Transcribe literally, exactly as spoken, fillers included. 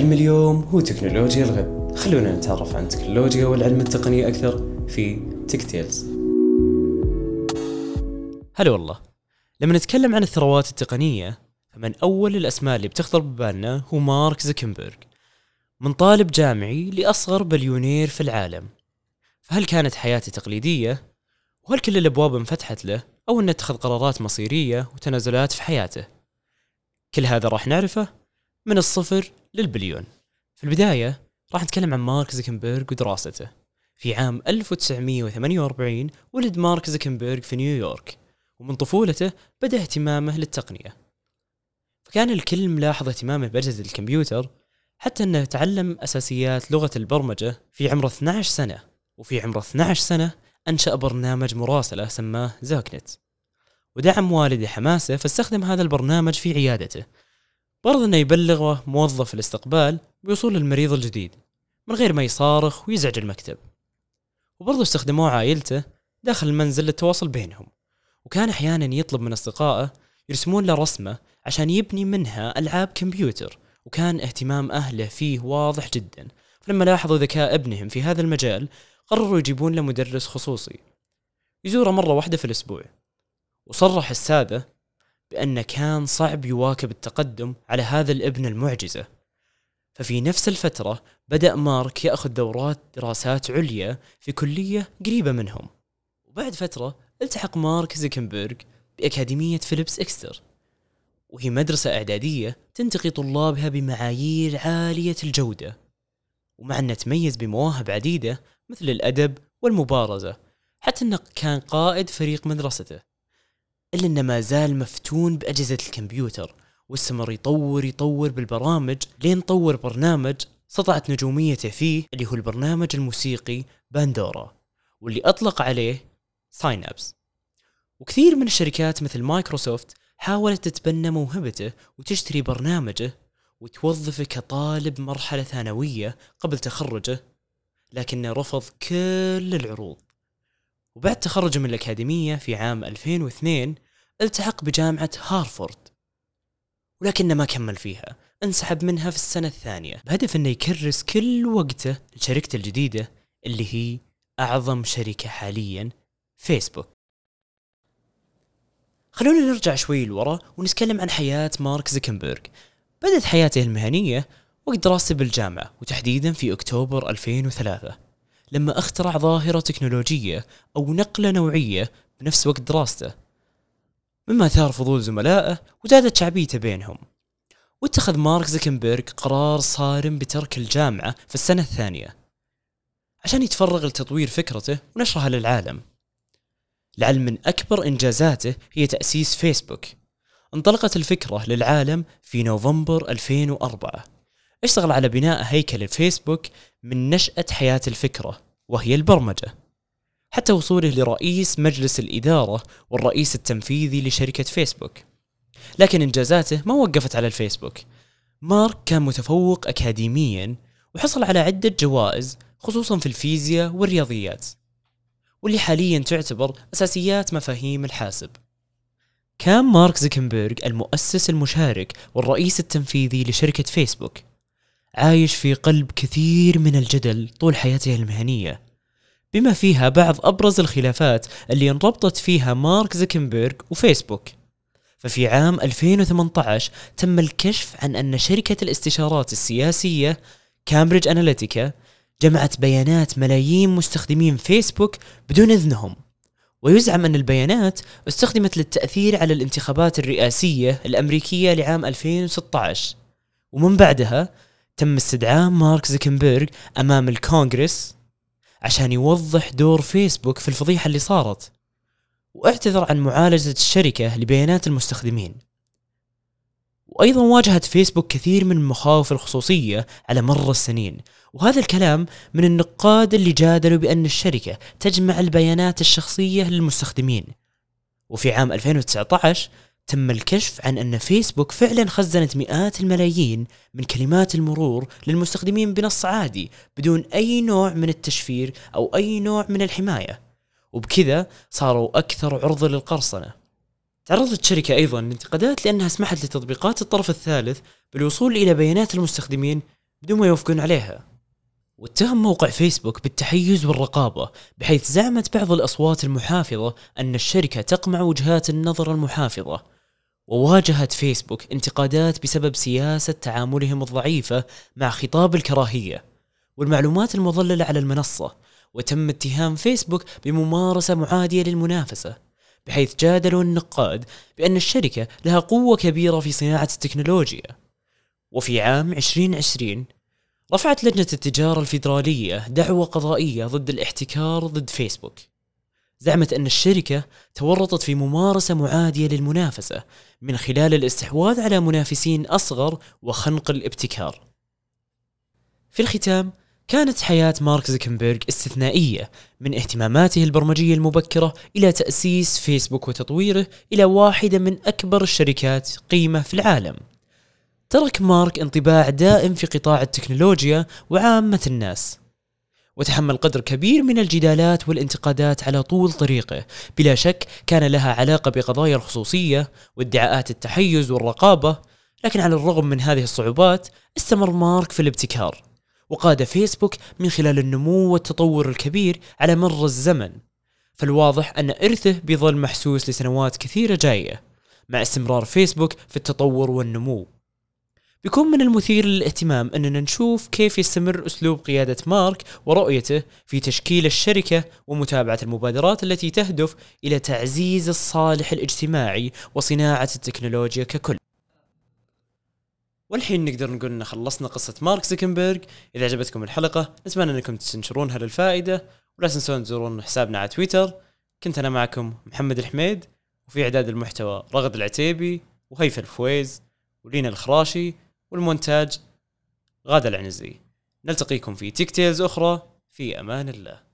علم اليوم هو تكنولوجيا الغد. خلونا نتعرف عن التكنولوجيا والعلم التقني أكثر في تك تيلز. هلا والله. لما نتكلم عن الثروات التقنية فمن أول الأسماء اللي بتخطر ببالنا هو مارك زوكربيرج، من طالب جامعي لأصغر بليونير في العالم. فهل كانت حياته تقليدية؟ وهل كل الأبواب انفتحت له؟ أو أنه اتخذ قرارات مصيرية وتنازلات في حياته؟ كل هذا راح نعرفه من الصفر للبليون. في البداية راح نتكلم عن مارك زوكربيرج ودراسته. في عام ألف وتسعمية وثمانية وأربعين ولد مارك زوكربيرج في نيويورك، ومن طفولته بدأ اهتمامه للتقنية. فكان الكل ملاحظ اهتمامه بأجهزة الكمبيوتر، حتى أنه تعلم أساسيات لغة البرمجة في عمره اثنتي عشرة سنة. وفي عمره اثنتي عشرة سنة أنشأ برنامج مراسلة سماه زوكنت، ودعم والده حماسه فاستخدم هذا البرنامج في عيادته، برضه أنه يبلغه موظف الاستقبال بوصول المريض الجديد من غير ما يصارخ ويزعج المكتب. وبرضه استخدموه عائلته داخل المنزل للتواصل بينهم، وكان أحيانا يطلب من أصدقائه يرسمون له رسمة عشان يبني منها ألعاب كمبيوتر، وكان اهتمام أهله فيه واضح جدا. فلما لاحظوا ذكاء ابنهم في هذا المجال قرروا يجيبون له مدرس خصوصي يزوره مرة واحدة في الأسبوع. وصرح السادة بأنه كان صعب يواكب التقدم على هذا الابن المعجزة. ففي نفس الفترة بدأ مارك يأخذ دورات دراسات عليا في كلية قريبة منهم. وبعد فترة التحق مارك زوكربيرج بأكاديمية فيليبس إكستر، وهي مدرسة إعدادية تنتقي طلابها بمعايير عالية الجودة. ومع أنه تميز بمواهب عديدة مثل الأدب والمبارزة، حتى أنه كان قائد فريق مدرسته، إلا أنه ما زال مفتون بأجهزة الكمبيوتر، واستمر يطور يطور بالبرامج لين طور برنامج سطعت نجوميته فيه، اللي هو البرنامج الموسيقي باندورا، واللي أطلق عليه ساينابس. وكثير من الشركات مثل مايكروسوفت حاولت تتبنى موهبته وتشتري برنامجه وتوظفه كطالب مرحلة ثانوية قبل تخرجه، لكنه رفض كل العروض. وبعد تخرجه من الأكاديمية في عام ألفين واثنين التحق بجامعة هارفورد، ولكنه ما كمل فيها، انسحب منها في السنة الثانية بهدف أنه يكرس كل وقته لشركته الجديدة اللي هي أعظم شركة حاليا، فيسبوك. خلونا نرجع شوي لورا ونتكلم عن حياة مارك زوكربيرج. بدأت حياته المهنية وقت دراسته بالجامعة، وتحديدا في أكتوبر ألفين وثلاثة لما اخترع ظاهرة تكنولوجية أو نقلة نوعية بنفس وقت دراسته، مما أثار فضول زملائه وزادت شعبيته بينهم. واتخذ مارك زوكربيرج قرار صارم بترك الجامعة في السنة الثانية عشان يتفرغ لتطوير فكرته ونشرها للعالم. لعل من أكبر إنجازاته هي تأسيس فيسبوك. انطلقت الفكرة للعالم في نوفمبر ألفين وأربعة. اشتغل على بناء هيكل الفيسبوك من نشأة حياة الفكرة وهي البرمجة، حتى وصوله لرئيس مجلس الإدارة والرئيس التنفيذي لشركة فيسبوك. لكن إنجازاته ما وقفت على الفيسبوك. مارك كان متفوق أكاديميا وحصل على عدة جوائز خصوصا في الفيزياء والرياضيات، واللي حاليا تعتبر أساسيات مفاهيم الحاسب. كان مارك زوكربيرج المؤسس المشارك والرئيس التنفيذي لشركة فيسبوك، عايش في قلب كثير من الجدل طول حياته المهنية، بما فيها بعض أبرز الخلافات اللي انربطت فيها مارك زوكربيرج وفيسبوك. ففي عام ألفين وثمانية عشر تم الكشف عن أن شركة الاستشارات السياسية كامبريدج أناليتيكا جمعت بيانات ملايين مستخدمين فيسبوك بدون إذنهم، ويزعم أن البيانات استخدمت للتأثير على الانتخابات الرئاسية الأمريكية لعام ألفين وستة عشر. ومن بعدها تم استدعاء مارك زوكربيرج أمام الكونغرس عشان يوضح دور فيسبوك في الفضيحة اللي صارت، واعتذر عن معالجة الشركة لبيانات المستخدمين. وأيضا واجهت فيسبوك كثير من مخاوف الخصوصية على مر السنين، وهذا الكلام من النقاد اللي جادلوا بأن الشركة تجمع البيانات الشخصية للمستخدمين. وفي عام ألفين وتسعة عشر تم الكشف عن أن فيسبوك فعلا خزنت مئات الملايين من كلمات المرور للمستخدمين بنص عادي بدون أي نوع من التشفير أو أي نوع من الحماية، وبكذا صاروا أكثر عرضة للقرصنة. تعرضت الشركة أيضا لانتقادات لأنها سمحت لتطبيقات الطرف الثالث بالوصول إلى بيانات المستخدمين بدون ما يوافقون عليها. واتهم موقع فيسبوك بالتحيز والرقابة، بحيث زعمت بعض الأصوات المحافظة أن الشركة تقمع وجهات النظر المحافظة. وواجهت فيسبوك انتقادات بسبب سياسة تعاملهم الضعيفة مع خطاب الكراهية والمعلومات المضللة على المنصة. وتم اتهام فيسبوك بممارسة معادية للمنافسة، بحيث جادلوا النقاد بأن الشركة لها قوة كبيرة في صناعة التكنولوجيا. وفي عام عشرين عشرين رفعت لجنة التجارة الفيدرالية دعوى قضائية ضد الاحتكار ضد فيسبوك. زعمت أن الشركة تورطت في ممارسة معادية للمنافسة من خلال الاستحواذ على منافسين أصغر وخنق الابتكار. في الختام، كانت حياة مارك زوكربيرج استثنائية، من اهتماماته البرمجية المبكرة إلى تأسيس فيسبوك وتطويره إلى واحدة من أكبر الشركات قيمة في العالم. ترك مارك انطباع دائم في قطاع التكنولوجيا وعامة الناس، وتحمل قدر كبير من الجدالات والانتقادات على طول طريقه. بلا شك كان لها علاقة بقضايا الخصوصية وادعاءات التحيز والرقابة، لكن على الرغم من هذه الصعوبات استمر مارك في الابتكار، وقاد فيسبوك من خلال النمو والتطور الكبير على مر الزمن. فالواضح أن إرثه بيظل محسوس لسنوات كثيرة جاية، مع استمرار فيسبوك في التطور والنمو. بيكون من المثير للاهتمام أننا نشوف كيف يستمر أسلوب قيادة مارك ورؤيته في تشكيل الشركة ومتابعة المبادرات التي تهدف إلى تعزيز الصالح الاجتماعي وصناعة التكنولوجيا ككل. والحين نقدر نقول أن خلصنا قصة مارك زوكربيرج. إذا عجبتكم الحلقة نتمنى أنكم تنشرونها للفائدة، ولا تنسون تزورون حسابنا على تويتر. كنت أنا معكم محمد الحميد، وفي إعداد المحتوى رغد العتيبي وهيفا الفويز ولينا الخراشي، والمونتاج غادة العنزي. نلتقيكم في تيك تيلز أخرى، في أمان الله.